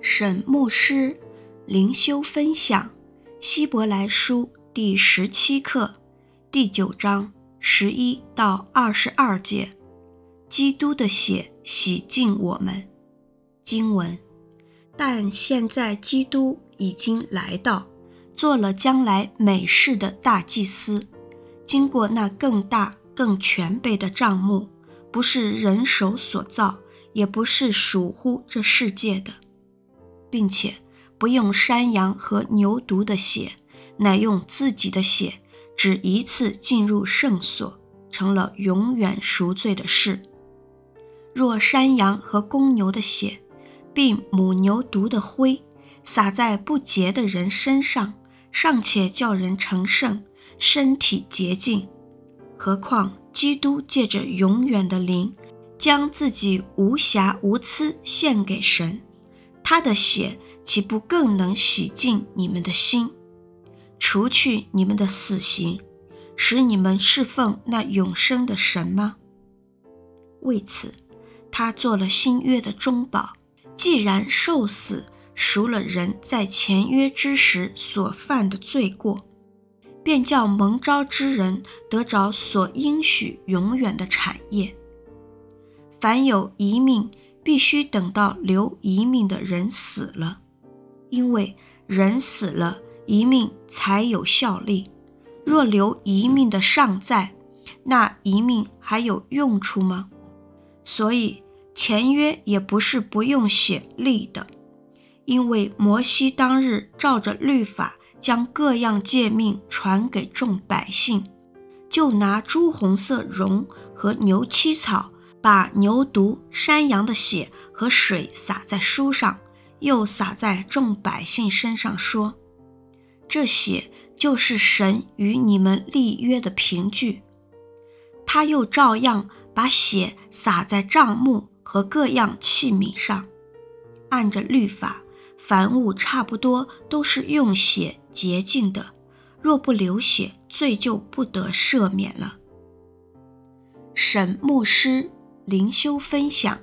沈牧师灵修分享希伯来书第17课第9章11到22节，基督的血洗净我们。经文：但现在基督已经来到，做了将来美事的大祭司，经过那更大更全备的帐幕，不是人手所造，也不是属乎这世界的，并且不用山羊和牛犊的血，乃用自己的血，只一次进入圣所，成了永远赎罪的事。若山羊和公牛的血，并母牛犊的灰，洒在不洁的人身上，尚且叫人成圣，身体洁净，何况基督借着永远的灵，将自己无瑕无疵献给神，他的血岂不更能洗净你们的心，除去你们的死刑，使你们侍奉那永生的神吗？为此，他做了新约的中保，既然受死赎了人在前约之时所犯的罪过，便叫蒙召之人得着所应许永远的产业。凡有遗命，必须等到留遗命的人死了，因为人死了，遗命才有效力。若留遗命的尚在，那遗命还有用处吗？所以前约也不是不用血立的，因为摩西当日照着律法将各样诫命传给众百姓，就拿朱红色绒和牛膝草，把牛犊、山羊的血和水洒在书上，又洒在众百姓身上，说：这血就是神与你们立约的凭据。他又照样把血洒在帐幕和各样器皿上。按着律法，凡物差不多都是用血洁净的，若不流血，罪就不得赦免了。沈牧师灵修分享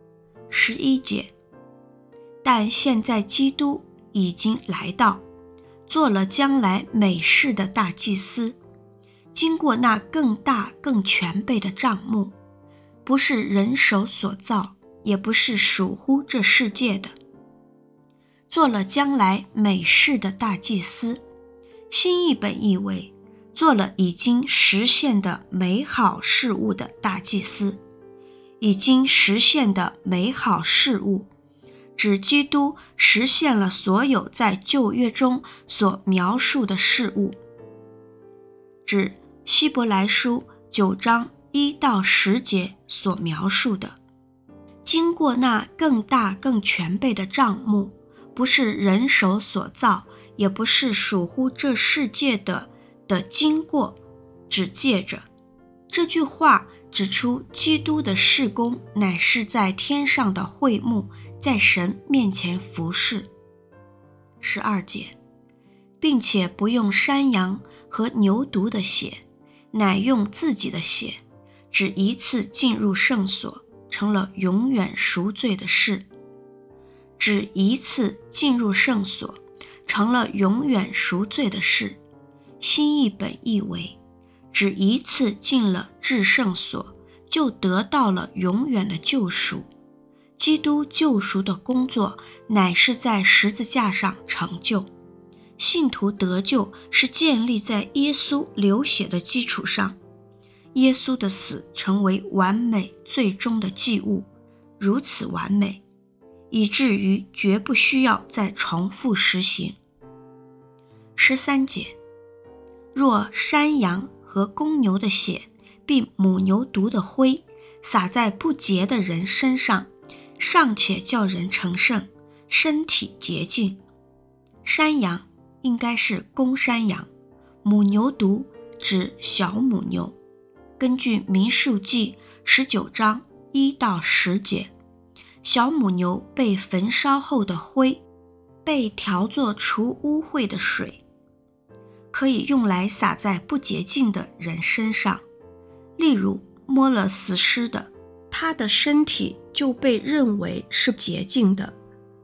11节，但现在基督已经来到，做了将来美事的大祭司，经过那更大更全备的帐幕，不是人手所造，也不是属乎这世界的，做了将来美事的大祭司。新译本译为做了已经实现的美好事物的大祭司。已经实现的美好事物，指基督实现了所有在旧约中所描述的事物，指希伯来书9章1到10节所描述的。经过那更大更全备的帐幕，不是人手所造，也不是属乎这世界的经过，只借着。这句话指出基督的事工乃是在天上的会幕，在神面前服侍。12节，并且不用山羊和牛犊的血，乃用自己的血，只一次进入圣所，成了永远赎罪的事。只一次进入圣所，成了永远赎罪的事。新译本译为只一次进了至圣所，就得到了永远的救赎。基督救赎的工作乃是在十字架上成就，信徒得救是建立在耶稣流血的基础上。耶稣的死成为完美最终的祭物，如此完美，以至于绝不需要再重复实行。13节，若山羊和公牛的血，并母牛犊的灰，洒在不洁的人身上，尚且叫人成圣，身体洁净。山羊应该是公山羊，母牛犊指小母牛。根据民数记19章1到10节，小母牛被焚烧后的灰，被调作除污秽的水，可以用来洒在不洁净的人身上。例如摸了死尸的，他的身体就被认为是洁净的，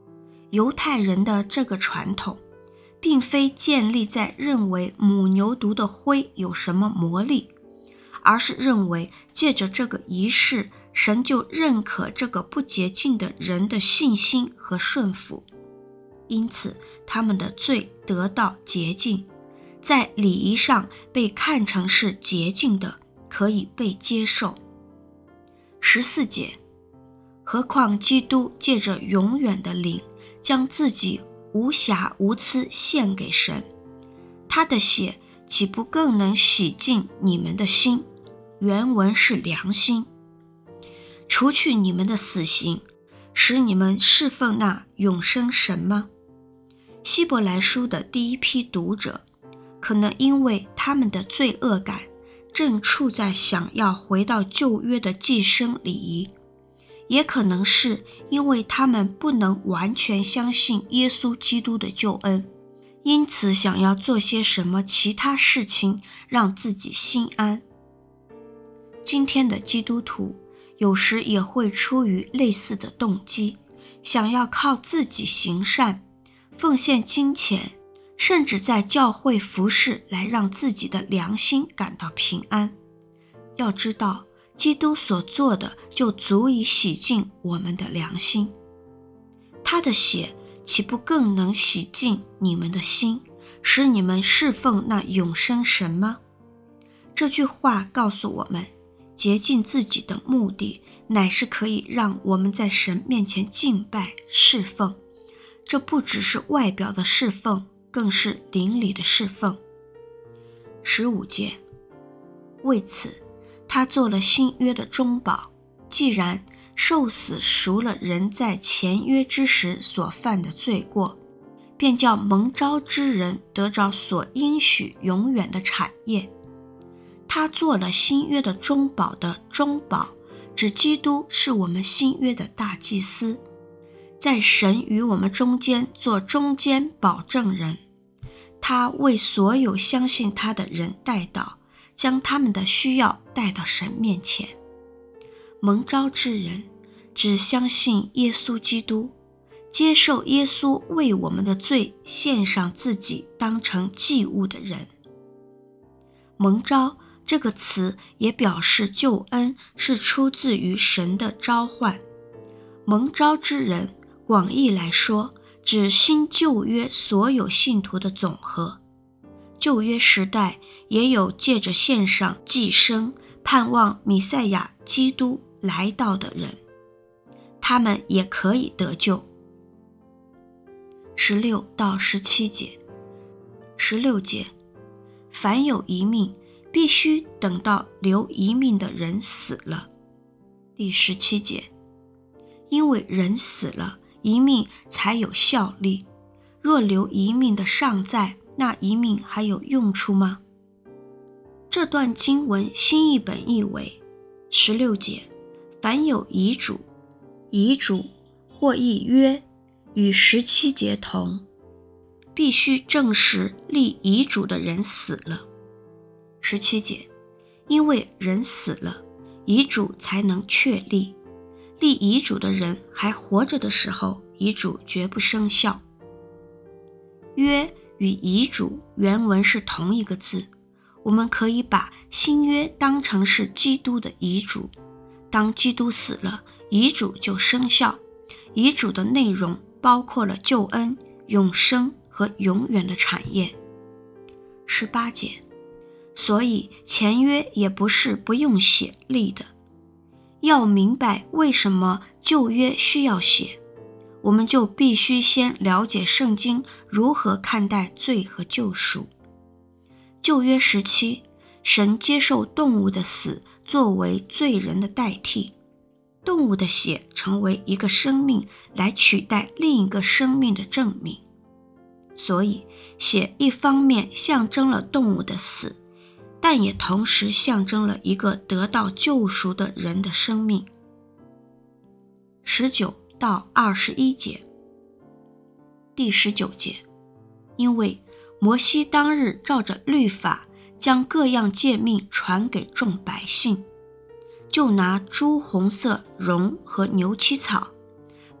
犹太人的这个传统并非建立在认为母牛犊的灰有什么魔力，而是认为借着这个仪式，神就认可这个不洁净的人的信心和顺服，因此他们的罪得到洁净，在礼仪上被看成是洁净的，可以被接受。14节，何况基督借着永远的灵，将自己无瑕无疵献给神，他的血岂不更能洗净你们的心？原文是良心，除去你们的死刑，使你们侍奉那永生神吗？希伯来书的第一批读者，可能因为他们的罪恶感正处在想要回到旧约的祭牲礼仪，也可能是因为他们不能完全相信耶稣基督的救恩，因此想要做些什么其他事情让自己心安。今天的基督徒有时也会出于类似的动机，想要靠自己行善，奉献金钱，甚至在教会服事来让自己的良心感到平安。要知道，基督所做的就足以洗净我们的良心，他的血岂不更能洗净你们的心，使你们侍奉那永生神吗？这句话告诉我们，洁净自己的目的乃是可以让我们在神面前敬拜侍奉，这不只是外表的侍奉，更是灵里的侍奉。15节，为此他做了新约的中保，既然受死赎了人在前约之时所犯的罪过，便叫蒙召之人得着所应许永远的产业。他做了新约的中保的中保，指基督是我们新约的大祭司，在神与我们中间做中间保证人。他为所有相信他的人代祷，将他们的需要带到神面前。蒙召之人只相信耶稣基督，接受耶稣为我们的罪献上自己当成祭物的人。蒙召这个词也表示救恩是出自于神的召唤。蒙召之人，广义来说，指新旧约所有信徒的总和。旧约时代也有借着献上祭牲，盼望弥赛亚基督来到的人，他们也可以得救。16到17节。16节，凡有一命，必须等到留一命的人死了。第17节，因为人死了，一命才有效力，若留一命的尚在，那一命还有用处吗？这段经文新译本译为16节，凡有遗嘱，遗嘱或译约，与17节同，必须证实立遗嘱的人死了。17节，因为人死了，遗嘱才能确立，立遗嘱的人还活着的时候，遗嘱绝不生效。约与遗嘱原文是同一个字，我们可以把新约当成是基督的遗嘱。当基督死了，遗嘱就生效。遗嘱的内容包括了救恩、永生和永远的产业。18节，所以前约也不是不用写立的。要明白为什么旧约需要写，我们就必须先了解圣经如何看待罪和救赎。旧约时期，神接受动物的死作为罪人的代替，动物的血成为一个生命来取代另一个生命的证明。所以血一方面象征了动物的死，但也同时象征了一个得到救赎的人的生命。19到21节。第19节，因为摩西当日照着律法将各样诫命传给众百姓，就拿朱红色绒和牛膝草，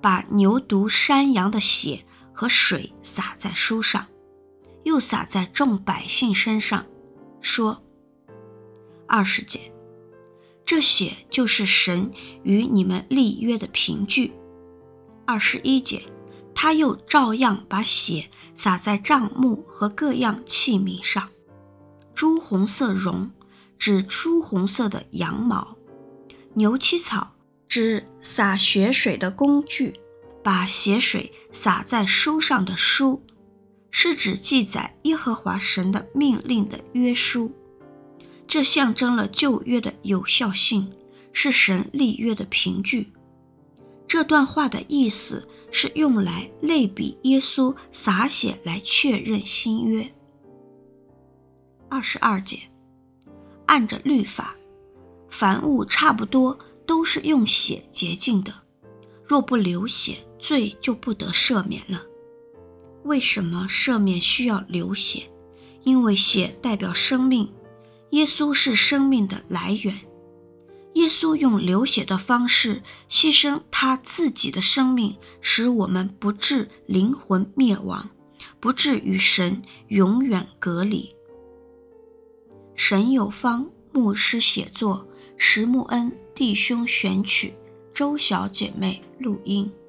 把牛犊山羊的血和水洒在书上，又洒在众百姓身上，说20节，这血就是神与你们立约的凭据。21节，他又照样把血洒在帐幕和各样器皿上。朱红色绒指朱红色的羊毛，牛膝草指洒血水的工具，把血水洒在书上的书，是指记载耶和华神的命令的约书。这象征了旧约的有效性，是神立约的凭据。这段话的意思是用来类比耶稣洒血来确认新约。22节，按着律法，凡物差不多都是用血洁净的，若不流血，罪就不得赦免了。为什么赦免需要流血？因为血代表生命，耶稣是生命的来源。耶稣用流血的方式牺牲他自己的生命，使我们不致灵魂灭亡，不致与神永远隔离。沈有芳牧师写作，石木恩弟兄选曲，周小姐妹录音。